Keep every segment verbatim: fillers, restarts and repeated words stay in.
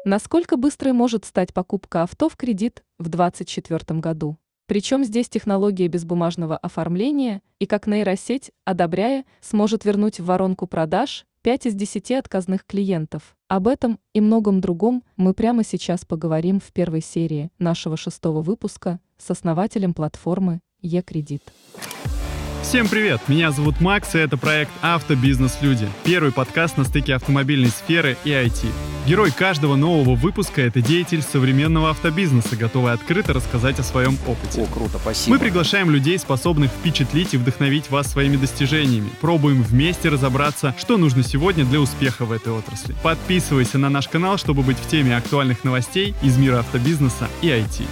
Насколько быстрой может стать покупка авто в кредит в две тысячи двадцать четвёртом году? Причем здесь технология безбумажного оформления и как нейросеть, одобряя, сможет вернуть в воронку продаж пять из десяти отказных клиентов. Об этом и многом другом мы прямо сейчас поговорим в первой серии нашего шестого выпуска с основателем платформы Е-Кредит. Всем привет! Меня зовут Макс, и это проект «Автобизнес-люди». Первый подкаст на стыке автомобильной сферы и ай ти. Герой каждого нового выпуска – это деятель современного автобизнеса, готовый открыто рассказать о своем опыте. О, круто, спасибо. Мы приглашаем людей, способных впечатлить и вдохновить вас своими достижениями. Пробуем вместе разобраться, что нужно сегодня для успеха в этой отрасли. Подписывайся на наш канал, чтобы быть в теме актуальных новостей из мира автобизнеса и ай ти.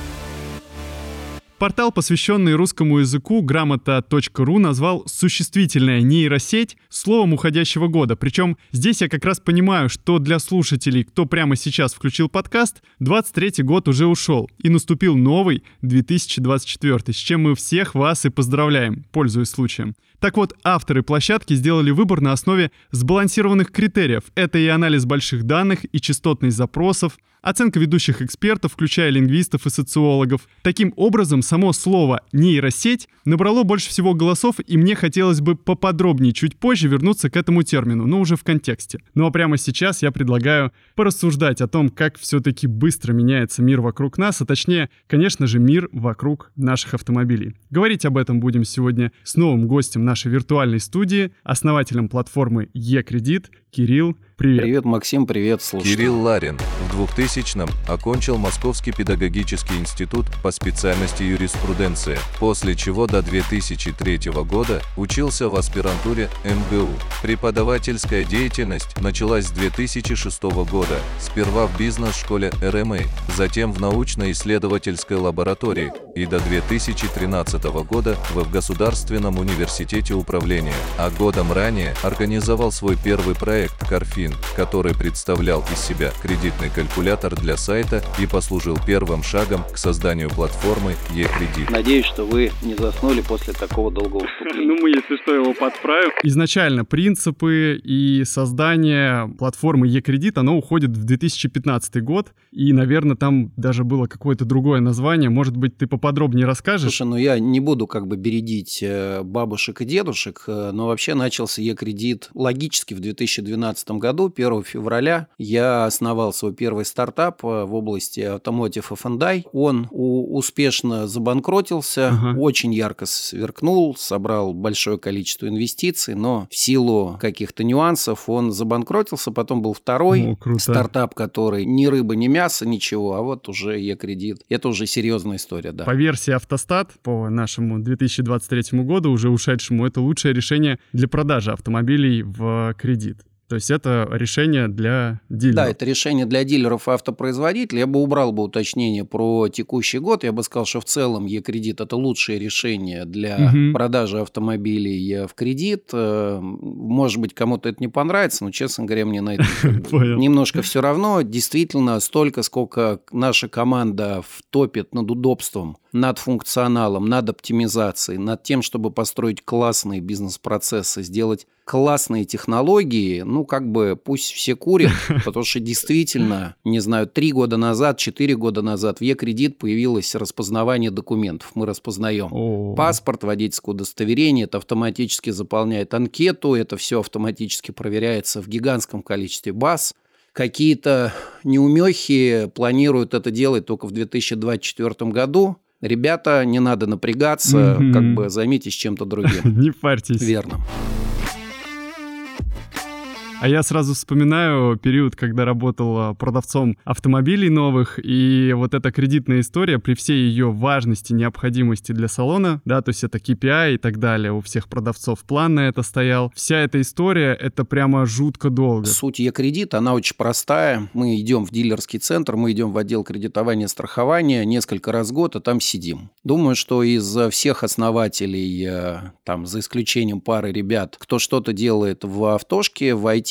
Портал, посвященный русскому языку, грамота точка ру назвал существительное нейросеть словом уходящего года. Причем здесь я как раз понимаю, что для слушателей, кто прямо сейчас включил подкаст, двадцать третий год уже ушел, и наступил новый две тысячи двадцать четвёртый, с чем мы всех вас и поздравляем, пользуясь случаем. Так вот, авторы площадки сделали выбор на основе сбалансированных критериев. Это и анализ больших данных, и частотность запросов, оценка ведущих экспертов, включая лингвистов и социологов. Таким образом, само слово «нейросеть» набрало больше всего голосов, и мне хотелось бы поподробнее чуть позже вернуться к этому термину, но уже в контексте. Ну а прямо сейчас я предлагаю порассуждать о том, как все-таки быстро меняется мир вокруг нас, а точнее, конечно же, мир вокруг наших автомобилей. Говорить об этом будем сегодня с новым гостем нашей виртуальной студии, основателем платформы Е-Кредит, Кирилл. Привет. Привет, Максим, привет, слушай. Кирилл Ларин в двухтысячном окончил Московский педагогический институт по специальности юриспруденция, после чего до две тысячи третьего года учился в аспирантуре эм гэ у. Преподавательская деятельность началась с две тысячи шестого года, сперва в бизнес-школе эр эм эй, затем в научно-исследовательской лаборатории и до две тысячи тринадцатого года в Государственном университете управления, а годом ранее организовал свой первый проект «Карфин», который представлял из себя кредитный калькулятор для сайта и послужил первым шагом к созданию платформы Е-Кредит. Надеюсь, что вы не заснули после такого долгого вступления. Ну, мы, если что, его подправим. Изначально принципы и создание платформы Е-Кредит, оно уходит в две тысячи пятнадцатый год, и, наверное, там даже было какое-то другое название. Может быть, ты поподробнее расскажешь? Слушай, ну я не буду как бы бередить бабушек и дедушек, но вообще начался Е-Кредит логически в две тысячи двенадцатом году, первого февраля. Я основал свой первый стартап в области Automotive эф энд ай. Он у- успешно забанкротился, Ага. очень ярко сверкнул, собрал большое количество инвестиций, но в силу каких-то нюансов он забанкротился. Потом был второй О, круто. стартап, который ни рыба, ни мясо, ничего, а вот уже Е-Кредит. Это уже серьезная история, да. По версии Автостат, по нашему две тысячи двадцать третьему году, уже ушедшему, это лучшее решение для продажи автомобилей в кредит. То есть это решение для дилеров. Да, это решение для дилеров и автопроизводителей. Я бы убрал бы уточнение про текущий год. Я бы сказал, что в целом Е-Кредит – это лучшее решение для Мгм. продажи автомобилей в кредит. Э, Может быть, кому-то это не понравится, но, честно говоря, мне на это Понял. немножко все равно. Действительно, столько, сколько наша команда втопит над удобством, над функционалом, над оптимизацией, над тем, чтобы построить классные бизнес-процессы, сделать классные технологии, ну, как бы пусть все курят, потому что действительно, не знаю, три года назад, четыре года назад в Е-Кредит появилось распознавание документов. Мы распознаем О. паспорт, водительское удостоверение, это автоматически заполняет анкету, это все автоматически проверяется в гигантском количестве баз. Какие-то неумехи планируют это делать только в две тысячи двадцать четвёртом году. Ребята, не надо напрягаться, Мгм. как бы займитесь чем-то другим. Не парьтесь. Верно. А я сразу вспоминаю период, когда работал а, продавцом автомобилей новых, и вот эта кредитная история, при всей ее важности, необходимости для салона, да, то есть это кей пи ай и так далее, у всех продавцов план на это стоял. Вся эта история, это прямо жутко долго. Суть Е-Кредит, она очень простая. Мы идем в дилерский центр, мы идем в отдел кредитования и страхования несколько раз в год, а там сидим. Думаю, что из всех основателей, э, там, за исключением пары ребят, кто что-то делает в автошке, в ай ти,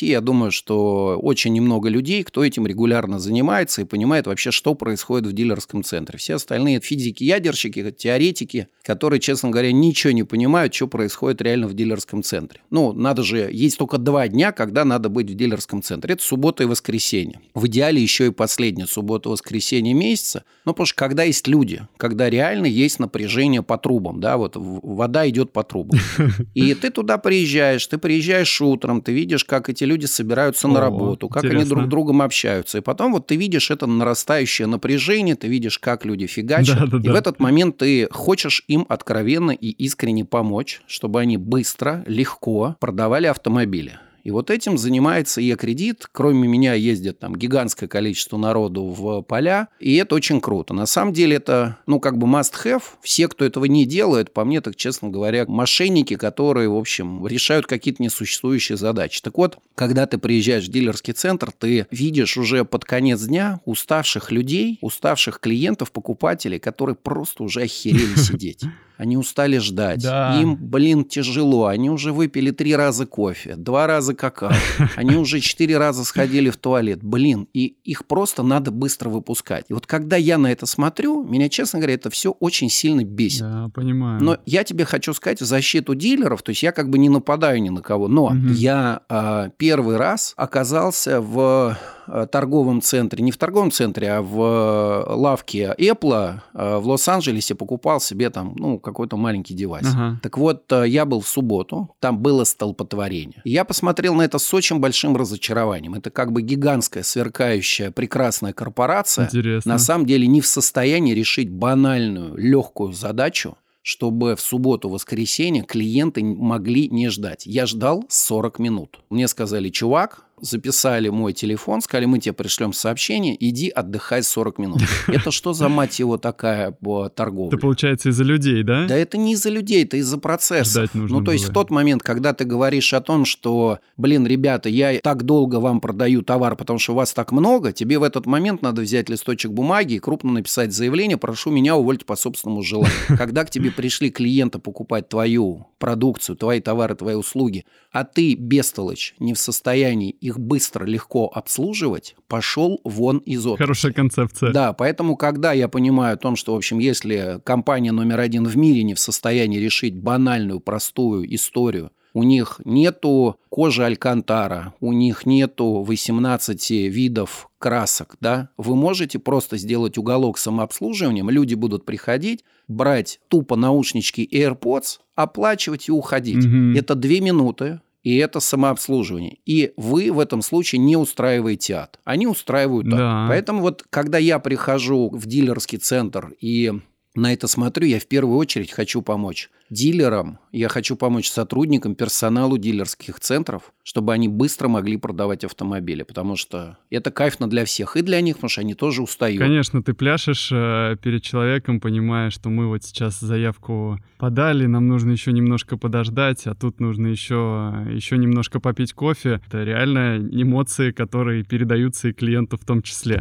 России, я думаю, что очень немного людей, кто этим регулярно занимается и понимает вообще, что происходит в дилерском центре. Все остальные физики, ядерщики, теоретики, которые, честно говоря, ничего не понимают, что происходит реально в дилерском центре. Ну, надо же, есть только два дня, когда надо быть в дилерском центре. Это суббота и воскресенье. В идеале еще и последняя суббота-воскресенье месяца. Ну, потому что когда есть люди, когда реально есть напряжение по трубам, да, вот вода идет по трубам. И ты туда приезжаешь, ты приезжаешь утром, ты видишь, как эти люди собираются на работу, как они друг с другом общаются. И потом вот ты видишь это нарастающее напряжение, ты видишь, как люди фигачат. Да, да, и да. в этот момент ты хочешь им откровенно и искренне помочь, чтобы они быстро, легко продавали автомобили. И вот этим занимается Е-кредит. Кроме меня ездит там гигантское количество народу в поля, и это очень круто. На самом деле это, ну, как бы must-have. Все, кто этого не делает, по мне, так честно говоря, мошенники, которые, в общем, решают какие-то несуществующие задачи. Так вот, когда ты приезжаешь в дилерский центр, ты видишь уже под конец дня уставших людей, уставших клиентов, покупателей, которые просто уже охерели сидеть. Они устали ждать. Да. Им, блин, тяжело. Они уже выпили три раза кофе, два раза какао. Они уже четыре раза сходили в туалет. Блин, и их просто надо быстро выпускать. И вот когда я на это смотрю, меня, честно говоря, это все очень сильно бесит. Да, понимаю. Но я тебе хочу сказать в защиту дилеров, то есть я как бы не нападаю ни на кого, но угу. я а, первый раз оказался в торговом центре, не в торговом центре, а в лавке Apple в Лос-Анджелесе, покупал себе там, ну, какой-то маленький девайс. Ага. Так вот, я был в субботу, там было столпотворение. Я посмотрел на это с очень большим разочарованием. Это как бы гигантская, сверкающая, прекрасная корпорация. Интересно. На самом деле не в состоянии решить банальную, легкую задачу, чтобы в субботу-воскресенье клиенты могли не ждать. Я ждал сорок минут. Мне сказали: чувак, записали мой телефон, сказали: мы тебе пришлем сообщение, иди отдыхай сорок минут. Это что за, мать его, такая торговля? Это получается из-за людей, да? Да это не из-за людей, это из-за процессов. Ждать нужно Ну, то есть было. в тот момент, когда ты говоришь о том, что, блин, ребята, я так долго вам продаю товар, потому что у вас так много, тебе в этот момент надо взять листочек бумаги и крупно написать заявление: прошу меня уволить по собственному желанию. Когда к тебе пришли клиенты покупать твою продукцию, твои товары, твои услуги, а ты, бестолочь, не в состоянии их быстро, легко обслуживать, пошел вон из отрасли. Хорошая концепция. Да, поэтому, когда я понимаю о том, что, в общем, если компания номер один в мире не в состоянии решить банальную, простую историю, у них нету кожи алькантара, у них нету восемнадцати видов красок, да, вы можете просто сделать уголок самообслуживанием, люди будут приходить, брать тупо наушнички AirPods, оплачивать и уходить. Угу. Это две минуты. И это самообслуживание. И вы в этом случае не устраиваете ад. Они устраивают ад. Да. Поэтому вот, когда я прихожу в дилерский центр и на это смотрю, я в первую очередь хочу помочь дилерам, я хочу помочь сотрудникам, персоналу дилерских центров, чтобы они быстро могли продавать автомобили, потому что это кайфно для всех, и для них, потому что они тоже устают. Конечно, ты пляшешь э, перед человеком, понимая, что мы вот сейчас заявку подали, нам нужно еще немножко подождать, а тут нужно еще, еще немножко попить кофе. Это реально эмоции, которые передаются и клиенту в том числе.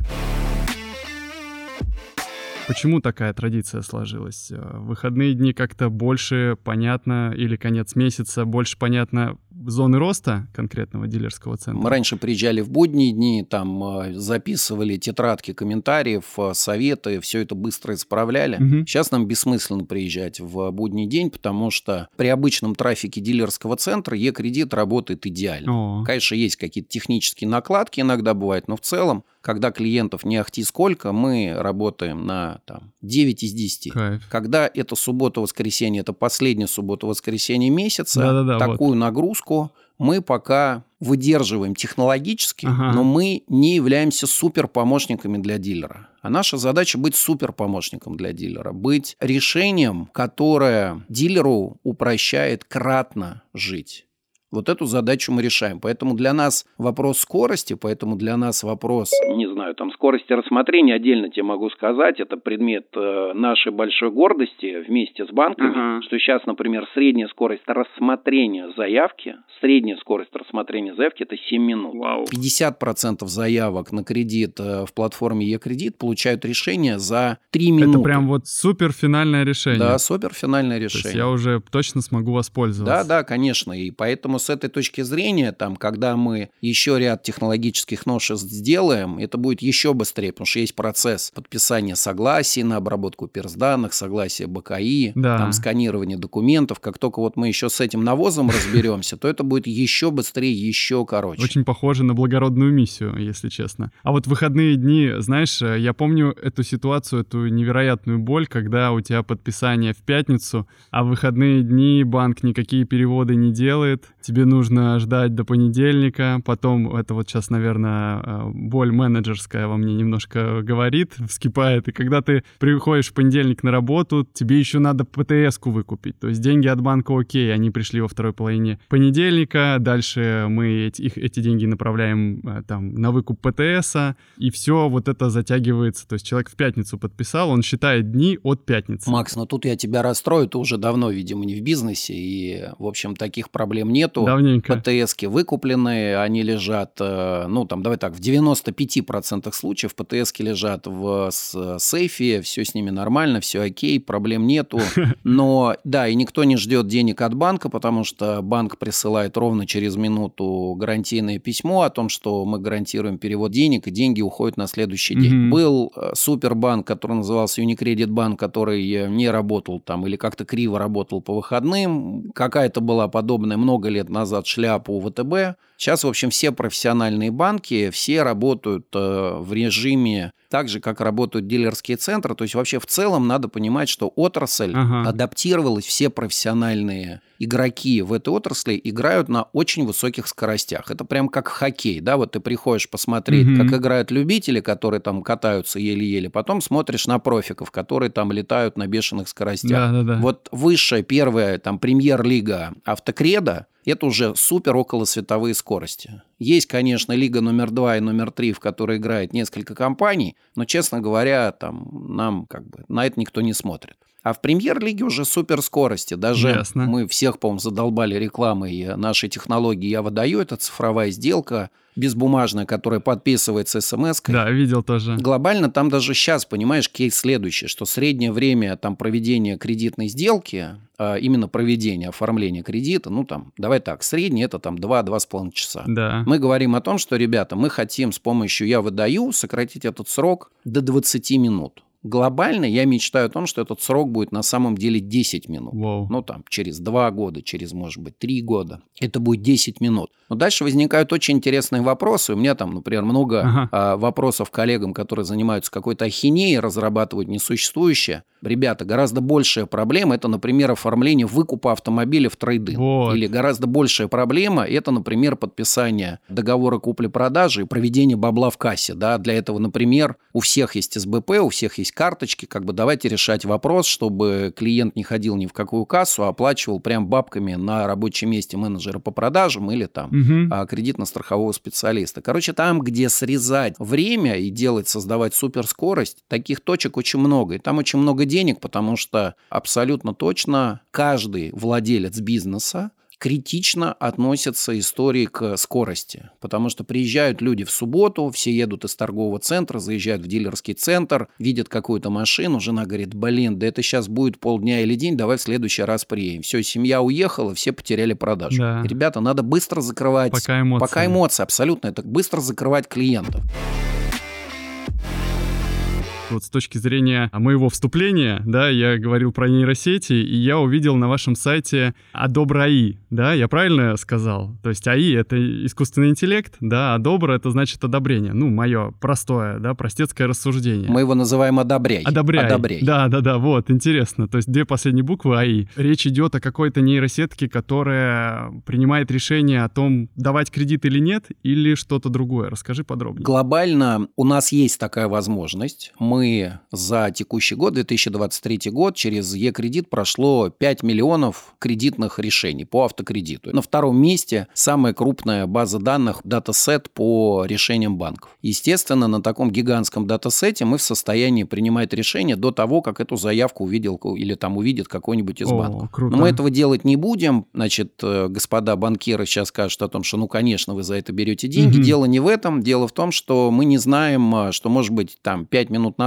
Почему такая традиция сложилась? В выходные дни как-то больше понятно, или конец месяца больше понятно зоны роста конкретного дилерского центра? Мы раньше приезжали в будние дни, там записывали тетрадки комментариев, советы, все это быстро исправляли. Угу. Сейчас нам бессмысленно приезжать в будний день, потому что при обычном трафике дилерского центра Е-кредит работает идеально. О. Конечно, есть какие-то технические накладки иногда бывают, но в целом, когда клиентов не ахти сколько, мы работаем на там, девять из десяти. Кайф. Когда это суббота-воскресенье, это последняя суббота-воскресенье месяца, Да-да-да, такую вот. нагрузку мы пока выдерживаем технологически, ага. но мы не являемся суперпомощниками для дилера. А наша задача быть суперпомощником для дилера, быть решением, которое дилеру упрощает кратно жить. Вот эту задачу мы решаем. Поэтому для нас вопрос скорости, поэтому для нас вопрос, не знаю, там скорости рассмотрения, отдельно тебе могу сказать, это предмет э, нашей большой гордости вместе с банками, uh-huh. что сейчас, например, средняя скорость рассмотрения заявки, средняя скорость рассмотрения заявки – это семь минут. Вау. пятьдесят процентов заявок на кредит э, в платформе Е-кредит получают решение за три минуты. Это прям вот супер финальное решение. Да, супер финальное решение. То есть я уже точно смогу воспользоваться. Да, да, конечно, и поэтому с этой точки зрения, там, когда мы еще ряд технологических новшеств сделаем, это будет еще быстрее, потому что есть процесс подписания согласий на обработку персданных, согласия БКИ, да. там, сканирование документов. Как только вот мы еще с этим навозом разберемся, то это будет еще быстрее, еще короче. Очень похоже на благородную миссию, если честно. А вот выходные дни, знаешь, я помню эту ситуацию, эту невероятную боль, когда у тебя подписание в пятницу, а в выходные дни банк никакие переводы не делает, тебе нужно ждать до понедельника, потом, это вот сейчас, наверное, боль менеджерская во мне немножко говорит, вскипает, и когда ты приходишь в понедельник на работу, тебе еще надо ПТС-ку выкупить, то есть деньги от банка окей, они пришли во второй половине понедельника, дальше мы эти, их, эти деньги направляем там на выкуп ПТСа, и все вот это затягивается, то есть человек в пятницу подписал, он считает дни от пятницы. Макс, но тут я тебя расстрою, ты уже давно, видимо, не в бизнесе, и, в общем, таких проблем нету. Давненько. ПТСки выкуплены, они лежат, ну, там, давай так, в девяноста пяти процентах случаев ПТСки лежат в сейфе, все с ними нормально, все окей, проблем нету. Но, да, и никто не ждет денег от банка, потому что банк присылает ровно через минуту гарантийное письмо о том, что мы гарантируем перевод денег, и деньги уходят на следующий день. Mm-hmm. Был супербанк, который назывался Unicredit Bank, который не работал там или как-то криво работал по выходным. Какая-то была подобная много лет назад шляпа у ВТБ. Сейчас, в общем, все профессиональные банки, все работают э, в режиме так же, как работают дилерские центры. То есть вообще в целом надо понимать, что отрасль ага. адаптировалась, все профессиональные игроки в этой отрасли играют на очень высоких скоростях. Это прям как хоккей, да, вот ты приходишь посмотреть, mm-hmm. как играют любители, которые там катаются еле-еле, потом смотришь на профиков, которые там летают на бешеных скоростях. Да-да-да. Вот высшая, первая там премьер-лига автокреда, это уже супер околосветовые скорости. Есть, конечно, лига номер два и номер три, в которой играет несколько компаний, но, честно говоря, там нам как бы на это никто не смотрит. А в премьер-лиге уже суперскорости. Даже Ясно. Мы всех, по-моему, задолбали рекламой нашей технологии «Я выдаю». Это цифровая сделка безбумажная, которая подписывается смс-кой. Да, видел тоже. Глобально там даже сейчас, понимаешь, кейс следующий, что среднее время там проведения кредитной сделки, а именно проведения, оформления кредита, ну там, давай так, среднее это там два-два с половиной часа. Да. Мы говорим о том, что, ребята, мы хотим с помощью «Я выдаю» сократить этот срок до двадцати минут. Глобально я мечтаю о том, что этот срок будет на самом деле десять минут. Wow. Ну, там, через два года, через, может быть, три года. Это будет десять минут. Но дальше возникают очень интересные вопросы. У меня там, например, много ага. а, вопросов коллегам, которые занимаются какой-то ахинеей, разрабатывают несуществующее. Ребята, гораздо большая проблема – это, например, оформление выкупа автомобиля в трейд-ин. Вот. Или гораздо большая проблема – это, например, подписание договора купли-продажи и проведение бабла в кассе. Да? Для этого, например, у всех есть эс бэ пэ, у всех есть карточки, как бы давайте решать вопрос, чтобы клиент не ходил ни в какую кассу, а оплачивал прям бабками на рабочем месте менеджера по продажам или там угу. кредитно-страхового специалиста. Короче, там, где срезать время и делать, создавать суперскорость, таких точек очень много. И там очень много денег, потому что абсолютно точно каждый владелец бизнеса критично относятся истории к скорости, потому что приезжают люди в субботу, все едут из торгового центра, заезжают в дилерский центр, видят какую-то машину, жена говорит, блин, да это сейчас будет полдня или день, давай в следующий раз приедем. Все, семья уехала, все потеряли продажу. Да. Ребята, надо быстро закрывать... Пока эмоции. Пока эмоции, абсолютно, это быстро закрывать клиентов. Вот с точки зрения моего вступления, да, я говорил про нейросети, и я увидел на вашем сайте Adobe эй ай, да, я правильно сказал? То есть эй ай — это искусственный интеллект, да, Adobe — это значит одобрение. Ну, мое простое, да, простецкое рассуждение. Мы его называем одобряй. Одобряй. Одобряй. Да, да, да, вот, интересно. То есть две последние буквы эй ай. Речь идет о какой-то нейросетке, которая принимает решение о том, давать кредит или нет, или что-то другое. Расскажи подробнее. Глобально у нас есть такая возможность. Мы за текущий год, две тысячи двадцать третий год, через Е-кредит прошло пять миллионов кредитных решений по автокредиту. На втором месте самая крупная база данных, датасет по решениям банков. Естественно, на таком гигантском датасете мы в состоянии принимать решение до того, как эту заявку увидел или там увидит какой-нибудь из О, банков. круто. Но мы этого делать не будем. Значит, господа банкиры сейчас скажут о том, что, ну, конечно, вы за это берете деньги. Угу. Дело не в этом. Дело в том, что мы не знаем, что, может быть, там пять минут назад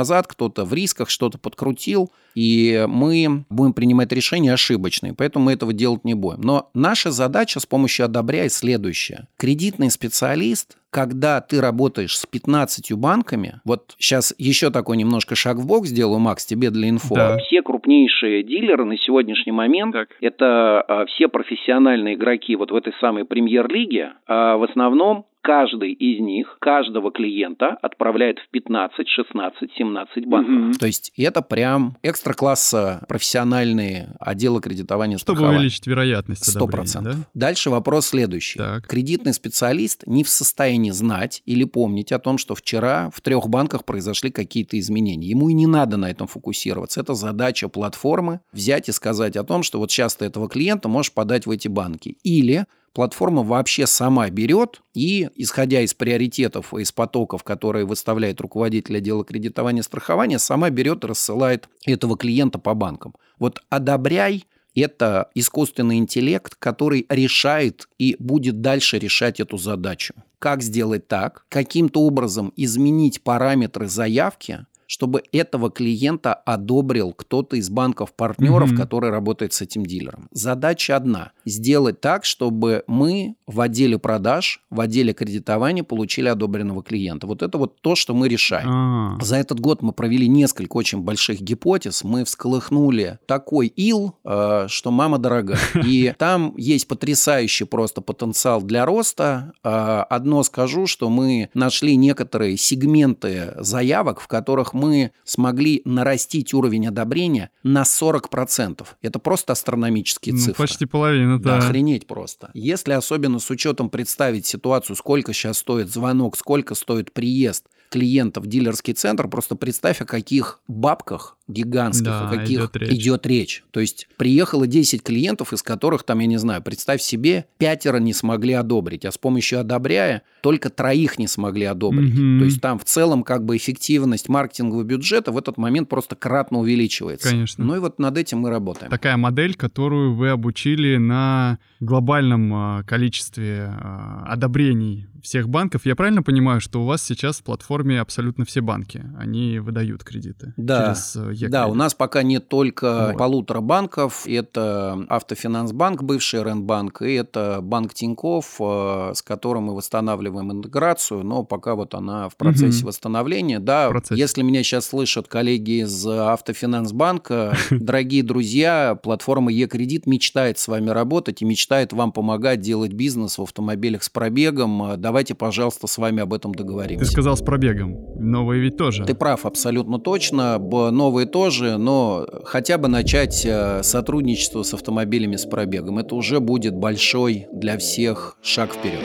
назад, кто-то в рисках что-то подкрутил, и мы будем принимать решения ошибочные, поэтому мы этого делать не будем. Но наша задача с помощью «Одобряй» следующая. Кредитный специалист, когда ты работаешь с пятнадцатью банками, вот сейчас еще такой немножко шаг в бок сделаю, Макс, тебе для инфо. Да. Все крупнейшие дилеры на сегодняшний момент, Так. это а, все профессиональные игроки вот в этой самой премьер-лиге, а, в основном каждый из них, каждого клиента отправляет в пятнадцать, шестнадцать, семнадцать банков. Mm-hmm. То есть это прям экстра-класса профессиональные отделы кредитования, чтобы страхования. увеличить вероятность сто одобрения, процентов. да? Дальше вопрос следующий. Так. Кредитный специалист не в состоянии знать или помнить о том, что вчера в трех банках произошли какие-то изменения. Ему и не надо на этом фокусироваться. Это задача платформы взять и сказать о том, что вот сейчас ты этого клиента можешь подать в эти банки. Или платформа вообще сама берет и, исходя из приоритетов и из потоков, которые выставляет руководитель отдела кредитования и страхования, сама берет и рассылает этого клиента по банкам. Вот «Одобряй» – это искусственный интеллект, который решает и будет дальше решать эту задачу. Как сделать так? Каким-то образом изменить параметры заявки, чтобы этого клиента одобрил кто-то из банков-партнеров, mm-hmm. который работает с этим дилером. Задача одна – сделать так, чтобы мы в отделе продаж, в отделе кредитования получили одобренного клиента. Вот это вот то, что мы решаем. А-а-а. За этот год мы провели несколько очень больших гипотез, мы всколыхнули такой ил, э, что мама дорогая. И там есть потрясающий просто потенциал для роста. Э, одно скажу, что мы нашли некоторые сегменты заявок, в которых мы смогли нарастить уровень одобрения на сорок процентов. Это просто астрономические ну, цифры. Почти половина, да. Да, охренеть просто. Если особенно с учетом представить ситуацию, сколько сейчас стоит звонок, сколько стоит приезд клиента в дилерский центр, просто представь, о каких бабках гигантских, да, о каких идет речь. идет речь. То есть приехало десять клиентов, из которых, там, я не знаю, представь себе, пятеро не смогли одобрить, а с помощью «Одобряя» только троих не смогли одобрить. Mm-hmm. То есть там в целом как бы эффективность маркетингового бюджета в этот момент просто кратно увеличивается. Конечно. Ну и вот над этим мы работаем. Такая модель, которую вы обучили на глобальном количестве одобрений всех банков. Я правильно понимаю, что у вас сейчас в платформе абсолютно все банки? Они выдают кредиты да. через Е-кредит? Да, у нас пока нет только вот. полутора банков. Это Автофинансбанк, бывший РЕН-банк, и это Банк Тинькофф, с которым мы восстанавливаем интеграцию, но пока вот она в процессе угу. восстановления. Да, процессе. Если меня сейчас слышат коллеги из Автофинансбанка, дорогие друзья, платформа Е-кредит мечтает с вами работать и мечтает вам помогать делать бизнес в автомобилях с пробегом. Давайте, пожалуйста, с вами об этом договоримся. Ты сказал с пробегом. Новые ведь тоже. Ты прав, абсолютно точно. Новые тоже, но хотя бы начать сотрудничество с автомобилями с пробегом. Это уже будет большой для всех шаг вперед.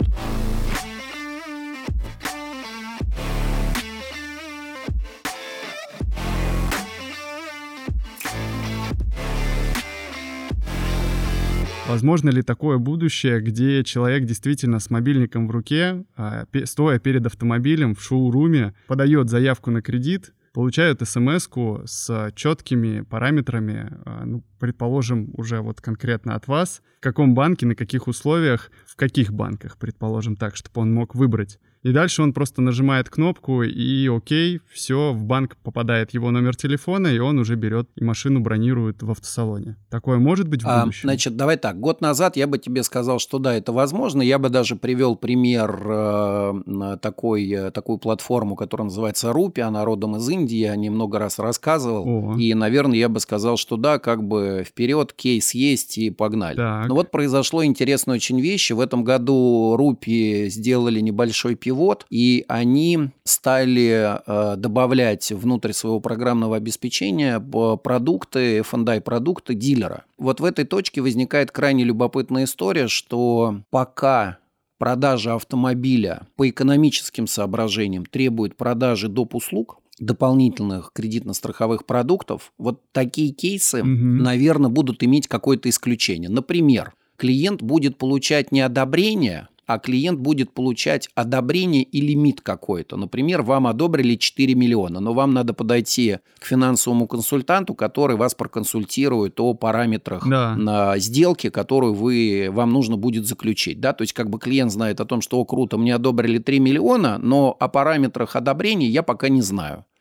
Возможно ли такое будущее, где человек действительно с мобильником в руке, стоя перед автомобилем в шоуруме, подает заявку на кредит, получают смс-ку с четкими параметрами, ну, предположим, уже вот конкретно от вас, в каком банке, на каких условиях, в каких банках, предположим так, чтобы он мог выбрать. И дальше он просто нажимает кнопку, и окей, все, в банк попадает его номер телефона, и он уже берет и машину бронирует в автосалоне. Такое может быть в будущем? А, значит, давай так. Год назад я бы тебе сказал, что да, это возможно. Я бы даже привел пример э, такой, такую платформу, которая называется Рупи, она родом из Индии, я немного раз рассказывал. О. И, наверное, я бы сказал, что да, как бы вперед, кейс есть, и погнали. Так. Но вот произошло интересная очень вещь. В этом году Рупи сделали небольшой пивот, и они стали э, добавлять внутрь своего программного обеспечения продукты, эф энд ай-продукты дилера. Вот в этой точке возникает крайне любопытная история, что пока продажа автомобиля по экономическим соображениям требует продажи доп. Услуг, дополнительных кредитно-страховых продуктов, вот такие кейсы, угу. наверное, будут иметь какое-то исключение. Например, клиент будет получать не одобрение, а клиент будет получать одобрение и лимит какой-то. Например, вам одобрили четыре миллиона, но вам надо подойти к финансовому консультанту, который вас проконсультирует о параметрах да. на сделке, которую вы, вам нужно будет заключить. Да? То есть как бы клиент знает о том, что о, круто, мне одобрили три миллиона, но о параметрах одобрения я пока не знаю.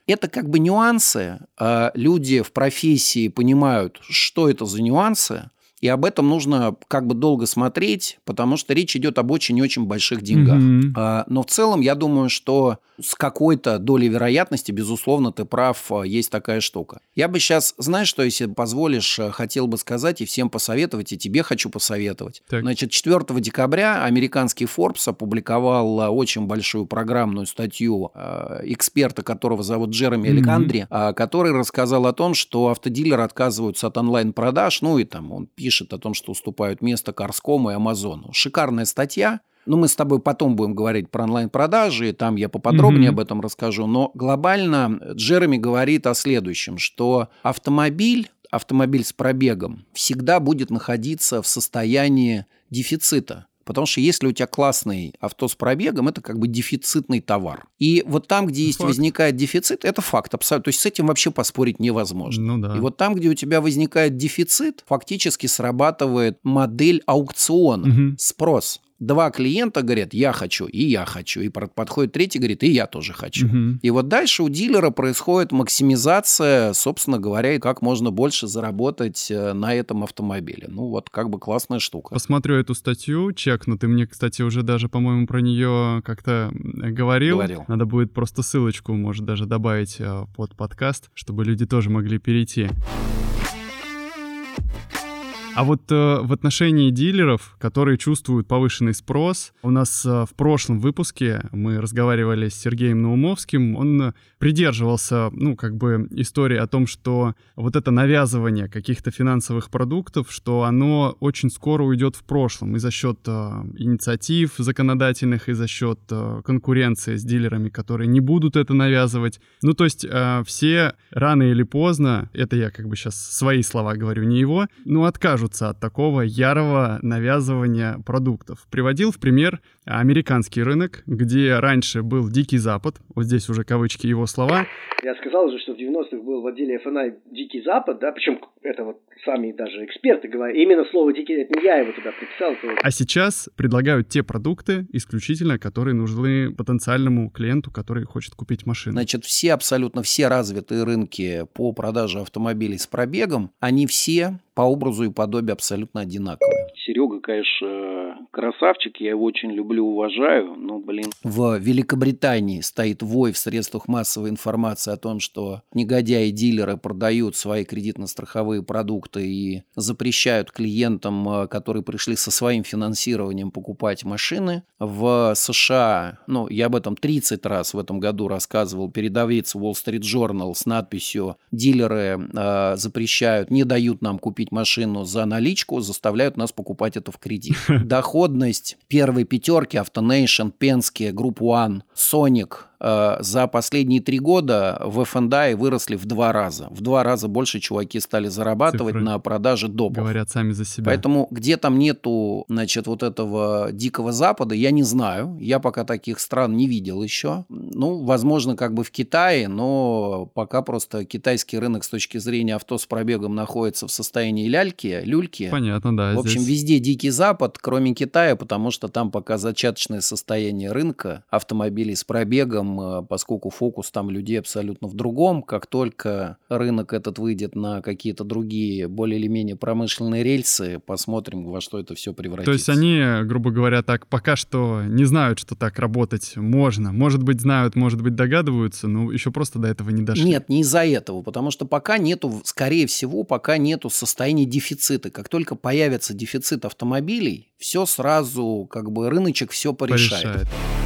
это как бы нюансы. Люди в профессии понимают, что это за нюансы, и об этом нужно как бы долго смотреть, потому что речь идет об очень-очень больших деньгах. Mm-hmm. Но в целом я думаю, что с какой-то долей вероятности, безусловно, ты прав, есть такая штука. Я бы сейчас, знаешь, что, если позволишь, хотел бы сказать и всем посоветовать, и тебе хочу посоветовать. Так. Значит, четвёртого декабря американский Forbes опубликовал очень большую программную статью эксперта, которого зовут Джереми mm-hmm. Александри, который рассказал о том, что автодилеры отказываются от онлайн-продаж, ну и там он пишет, пишет о том, что уступают место Карскому и Амазону. Шикарная статья. Ну, мы с тобой потом будем говорить про онлайн-продажи, и там я поподробнее mm-hmm. об этом расскажу. Но глобально Джереми говорит о следующем, что автомобиль, автомобиль с пробегом всегда будет находиться в состоянии дефицита. Потому что если у тебя классный авто с пробегом, это как бы дефицитный товар. И вот там, где есть, возникает дефицит, это факт абсолютно. То есть с этим вообще поспорить невозможно. Ну, да. И вот там, где у тебя возникает дефицит, фактически срабатывает модель аукциона, угу. спрос. Два клиента говорят, я хочу, и я хочу. И подходит третий, говорит, и я тоже хочу. Угу. И вот дальше у дилера происходит максимизация, собственно говоря, и как можно больше заработать на этом автомобиле. Ну вот как бы классная штука. Посмотрю эту статью, чекну. Ты мне, кстати, уже даже, по-моему, про нее как-то говорил. Говорил. Надо будет просто ссылочку, может, даже добавить под подкаст, чтобы люди тоже могли перейти. А вот э, в отношении дилеров, которые чувствуют повышенный спрос, у нас э, в прошлом выпуске мы разговаривали с Сергеем Наумовским, он придерживался, ну, как бы истории о том, что вот это навязывание каких-то финансовых продуктов, что оно очень скоро уйдет в прошлом и за счет э, инициатив законодательных, и за счет э, конкуренции с дилерами, которые не будут это навязывать. Ну, то есть э, все рано или поздно, это я как бы сейчас свои слова говорю, не его, ну, откажутся от такого ярого навязывания продуктов. Приводил в пример американский рынок, где раньше был Дикий Запад, вот здесь уже кавычки его слова. Я сказал уже, что в девяностых был в отделе эф эн ай Дикий Запад, да, причем это вот сами даже эксперты говорят, именно слово Дикий, это не я его туда приписал. То... А сейчас предлагают те продукты исключительно, которые нужны потенциальному клиенту, который хочет купить машину. Значит, все, абсолютно все развитые рынки по продаже автомобилей с пробегом, они все по образу и подобию абсолютно одинаковые. Серега, конечно, красавчик, я его очень люблю, уважаю, но, блин... В Великобритании стоит вой в средствах массовой информации о том, что негодяи-дилеры продают свои кредитно-страховые продукты и запрещают клиентам, которые пришли со своим финансированием, покупать машины. В США, ну, я об этом тридцать раз в этом году рассказывал, передовец Wall Street Journal с надписью «Дилеры э, запрещают, не дают нам купить машину за наличку, заставляют нас покупать это в кредит». Доходность первой пятерки, AutoNation, Penske, Group One, Sonic за последние три года в эф энд ай выросли в два раза. В два раза больше чуваки стали зарабатывать Цифры на продаже допов. Говорят сами за себя. Поэтому где там нету, значит, вот этого Дикого Запада, я не знаю. Я пока таких стран не видел еще. Ну, возможно, как бы в Китае, но пока просто китайский рынок с точки зрения авто с пробегом находится в состоянии ляльки, люльки. Понятно, да. В общем, здесь... везде Дикий Запад, кроме Китая, потому что там пока зачаточное состояние рынка автомобилей с пробегом, поскольку фокус там людей абсолютно в другом. Как только рынок этот выйдет на какие-то другие, более или менее промышленные рельсы, посмотрим, во что это все превратится. То есть они, грубо говоря, так пока что не знают, что так работать можно. Может быть, знают, может быть, догадываются, но еще просто до этого не дошли. Нет, не из-за этого, потому что пока нету, скорее всего, пока нету состояния дефицита. Как только появится дефицит автомобилей, все сразу, как бы рыночек все порешает. порешает.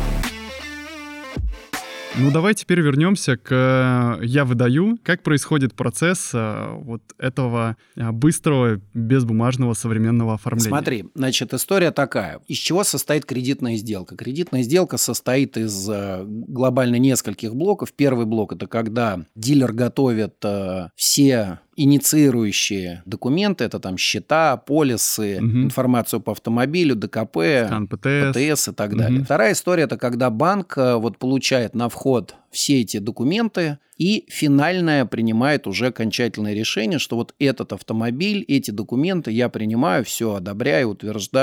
Ну, давай теперь вернемся к «я выдаю». Как происходит процесс вот этого быстрого, безбумажного современного оформления? Смотри, значит, история такая. Из чего состоит кредитная сделка? Кредитная сделка состоит из глобально нескольких блоков. Первый блок – это когда дилер готовит все инициирующие документы, это там счета, полисы, угу. информацию по автомобилю, ДКП, Скан ПТС. ПТС и так далее. Угу. Вторая история – это когда банк вот получает на вход все эти документы и финальное принимает уже окончательное решение, что вот этот автомобиль, эти документы я принимаю, все одобряю, утверждаю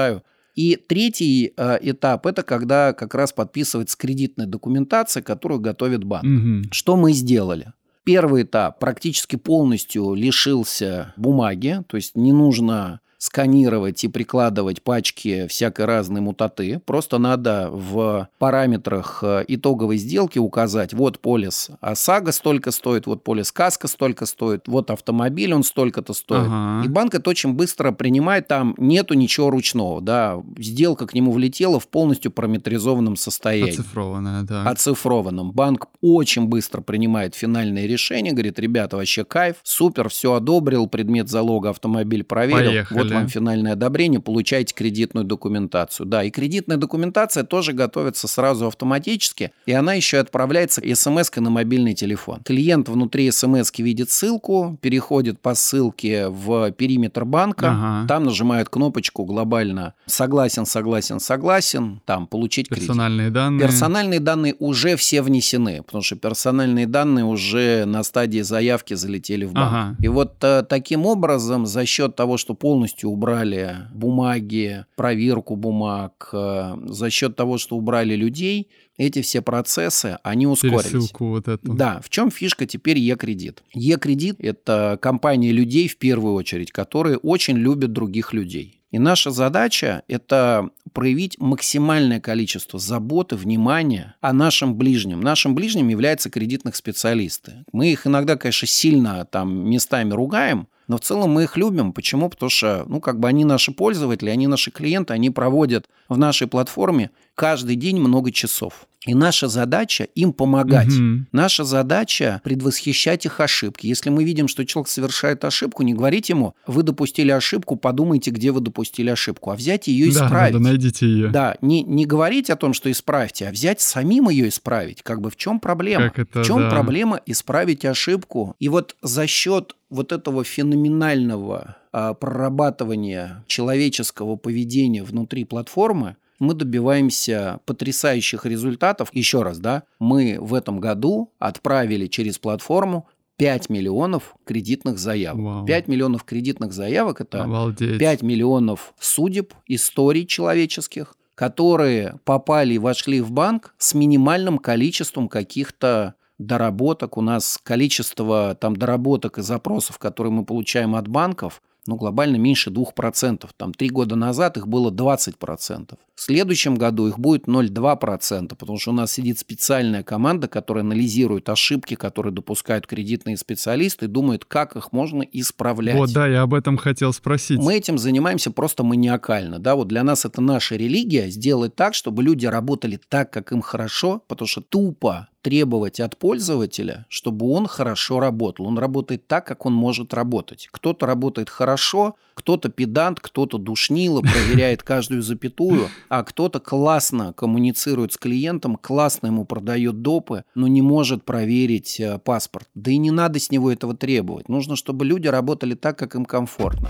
И третий э, этап – это когда как раз подписывается кредитная документация, которую готовит банк. Мгм. Что мы сделали? Первый этап практически полностью лишился бумаги, то есть не нужно сканировать и прикладывать пачки всякой разной мутаты. Просто надо в параметрах э, итоговой сделки указать, вот полис ОСАГО столько стоит, вот полис КАСКО столько стоит, вот автомобиль он столько-то стоит. Ага. И банк это очень быстро принимает, там нету ничего ручного, да, сделка к нему влетела в полностью параметризованном состоянии. Оцифрованная, да. Оцифрованном. Банк очень быстро принимает финальное решение, говорит, ребята, вообще кайф, супер, все одобрил, предмет залога автомобиль проверил, Поехали. вот вам финальное одобрение, получаете кредитную документацию. Да, и кредитная документация тоже готовится сразу автоматически, и она еще отправляется смс-кой на мобильный телефон. Клиент внутри смс-ки видит ссылку, переходит по ссылке в периметр банка, Ага. там нажимает кнопочку глобально «Согласен, согласен, согласен», там «Получить кредит». Персональные данные. Персональные данные уже все внесены, потому что персональные данные уже на стадии заявки залетели в банк. Ага. И вот э, таким образом, за счет того, что полностью убрали бумаги, проверку бумаг, э, за счет того, что убрали людей, эти все процессы, они ускорились. Пересылку вот эту. Да, в чем фишка теперь Е-кредит? Е-кредит – это компания людей, в первую очередь, которые очень любят других людей. И наша задача – это проявить максимальное количество заботы, внимания о нашем ближнем. Нашим ближним являются кредитных специалисты. Мы их иногда, конечно, сильно там местами ругаем, но в целом мы их любим. Почему? Потому что, ну, как бы они наши пользователи, они наши клиенты, они проводят в нашей платформе каждый день много часов. И наша задача им помогать. Мгм. Наша задача предвосхищать их ошибки. Если мы видим, что человек совершает ошибку, не говорить ему, вы допустили ошибку, подумайте, где вы допустили ошибку, а взять ее и Да, исправить. надо, найдите ее. Да, не, не говорить о том, что исправьте, а взять самим ее исправить. Как бы в чем проблема? Как это, в чем да. проблема исправить ошибку? И вот за счет вот этого феноменального а, прорабатывания человеческого поведения внутри платформы мы добиваемся потрясающих результатов. Еще раз, да, мы в этом году отправили через платформу пять миллионов кредитных заявок. Вау. пять миллионов кредитных заявок – это Обалдеть. пять миллионов судеб, историй человеческих, которые попали и вошли в банк с минимальным количеством каких-то доработок. У нас количество там доработок и запросов, которые мы получаем от банков, ну, глобально меньше двух процентов. Там три года назад их было двадцать процентов. В следующем году их будет ноль целых два десятых процента, потому что у нас сидит специальная команда, которая анализирует ошибки, которые допускают кредитные специалисты, и думает, как их можно исправлять. Вот, да, я об этом хотел спросить. Мы этим занимаемся просто маниакально. Да? Вот для нас это наша религия, сделать так, чтобы люди работали так, как им хорошо, потому что тупо требовать от пользователя, чтобы он хорошо работал. Он работает так, как он может работать. Кто-то работает хорошо, кто-то педант, кто-то душнило, проверяет каждую запятую, а кто-то классно коммуницирует с клиентом, классно ему продает допы, но не может проверить э, паспорт. Да и не надо с него этого требовать. Нужно, чтобы люди работали так, как им комфортно.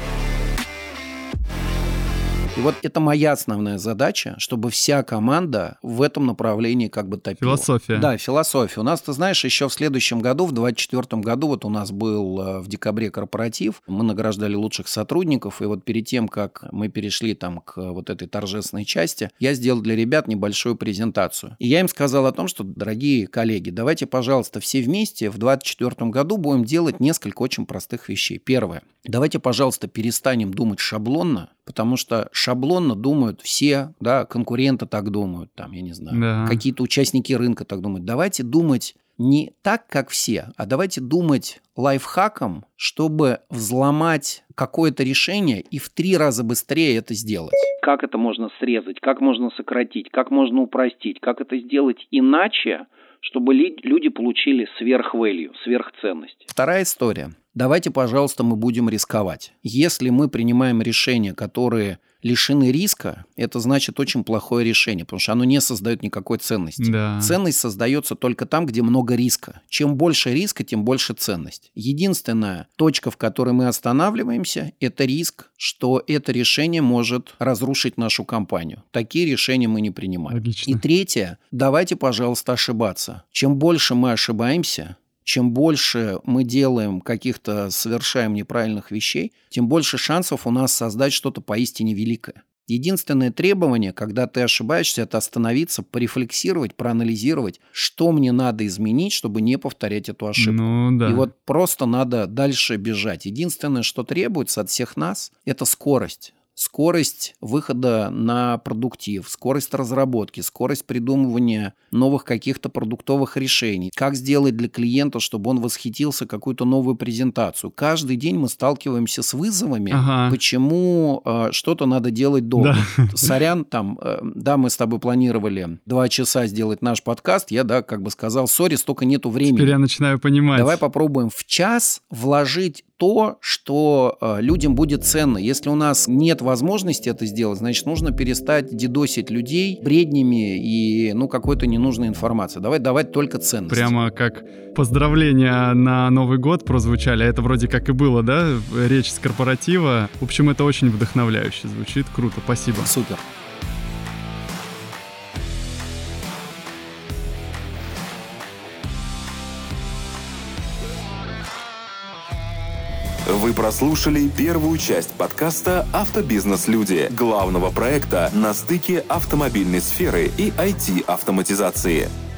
И вот это моя основная задача, чтобы вся команда в этом направлении как бы топила. Философия. Да, философия. У нас, ты знаешь, еще в следующем году, в двадцать четвёртом году, вот у нас был э, в декабре корпоратив, мы награждали лучших сотрудников, и вот перед тем, как мы перешли там к вот этой торжественной части, я сделал для ребят небольшую презентацию. И я им сказал о том, что, дорогие коллеги, давайте, пожалуйста, все вместе в двадцать четвёртом году будем делать несколько очень простых вещей. Первое. Давайте, пожалуйста, перестанем думать шаблонно, потому что шаблонно думают все, да, конкуренты так думают, там, я не знаю, Да. какие-то участники рынка так думают. Давайте думать не так, как все, а давайте думать лайфхаком, чтобы взломать какое-то решение и в три раза быстрее это сделать. Как это можно срезать, как можно сократить, как можно упростить, как это сделать иначе, чтобы ли- люди получили сверх-value, сверхценность. Вторая история. Давайте, пожалуйста, мы будем рисковать. Если мы принимаем решения, которые лишены риска, это значит очень плохое решение, потому что оно не создает никакой ценности. Да. Ценность создается только там, где много риска. Чем больше риска, тем больше ценность. Единственная точка, в которой мы останавливаемся, это риск, что это решение может разрушить нашу компанию. Такие решения мы не принимаем. Логично. И третье, давайте, пожалуйста, ошибаться. Чем больше мы ошибаемся, чем больше мы делаем каких-то, совершаем неправильных вещей, тем больше шансов у нас создать что-то поистине великое. Единственное требование, когда ты ошибаешься, это остановиться, порефлексировать, проанализировать, что мне надо изменить, чтобы не повторять эту ошибку. Ну, да. И вот просто надо дальше бежать. Единственное, что требуется от всех нас, это скорость. Скорость выхода на продуктив, скорость разработки, скорость придумывания новых каких-то продуктовых решений. Как сделать для клиента, чтобы он восхитился какую-то новую презентацию. Каждый день мы сталкиваемся с вызовами, ага. почему э, что-то надо делать долго. Да. Сорян, там, э, да, мы с тобой планировали два часа сделать наш подкаст, я, да, как бы сказал, сори, столько нету времени. Теперь я начинаю понимать. Давай попробуем в час вложить то, что э, людям будет ценно. Если у нас нет возможности это сделать, значит, нужно перестать дедосить людей бреднями и, ну, какой-то ненужной информацией. Давай давать только ценности. Прямо как поздравления на Новый год прозвучали. Это вроде как и было, да? Речь с корпоратива. В общем, это очень вдохновляюще звучит. Круто, спасибо. Супер. Вы прослушали первую часть подкаста «Автобизнес-люди», главного проекта на стыке автомобильной сферы и ай ти-автоматизации.